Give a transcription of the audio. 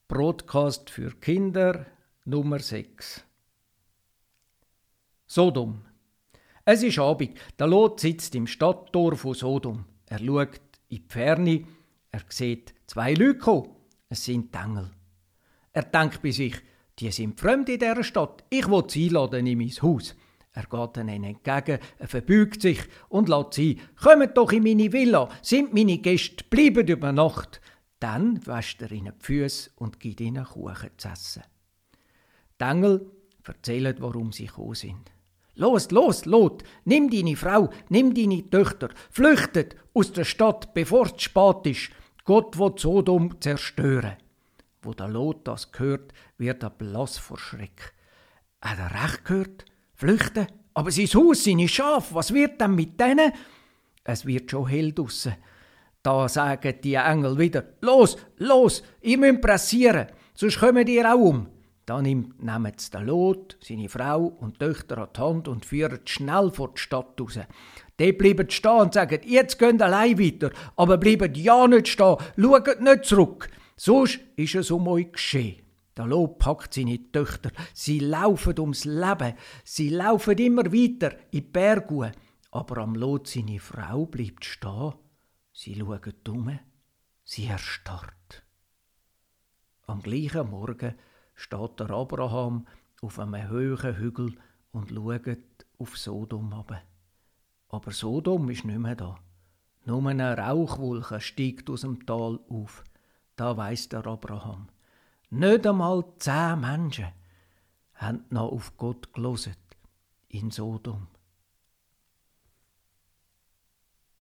Broadcast für Kinder Nummer 6. Sodom. Es ist Abend. Der Lot sitzt im Stadttor von Sodom. Er schaut in die Ferne. Er sieht 2 Leute kommen. Es sind die Engel. Er denkt bei sich, die sind fremd in dieser Stadt. Ich will sie einladen in mein Haus. Er geht ihnen entgegen, er verbeugt sich und lässt sie. Kommt doch in meine Villa, sind meine Gäste, bleiben über Nacht. Dann wäscht er ihnen die Füße und gibt ihnen Kuchen zu essen. Die Engel erzählen, warum sie gekommen sind. Los, Lot, nimm deine Frau, nimm deine Töchter, flüchtet aus der Stadt, bevor es spät ist. Gott will Sodom zerstören. Wo der Lot das hört, wird er blass vor Schreck. Hat er recht gehört? Flüchten? Aber sein Haus, seine Schafe, was wird denn mit denen? Es wird schon hell draussen. Da sagen die Engel wieder, los, ihr müsst pressieren, sonst kommen ihr auch um. Dann nehmen sie den Lot, seine Frau und die Töchter an die Hand und führen schnell vor die Stadt raus. Die bleiben stehen und sagen, jetzt geht allein weiter, aber bleibt ja nicht stehen, schaut nicht zurück. Sonst ist es um euch geschehen. Der Lot packt seine Töchter, sie laufen ums Leben, sie laufen immer weiter in die Berge, aber am Lot seine Frau bleibt stehen. Sie schaut um, sie erstarrt. Am gleichen Morgen steht der Abraham auf einem hohen Hügel und schaut auf Sodom ab. Aber Sodom ist nicht mehr da. Nur eine Rauchwolke steigt aus dem Tal auf. Da weiss der Abraham. Nicht einmal 10 Menschen haben noch auf Gott gehört in Sodom.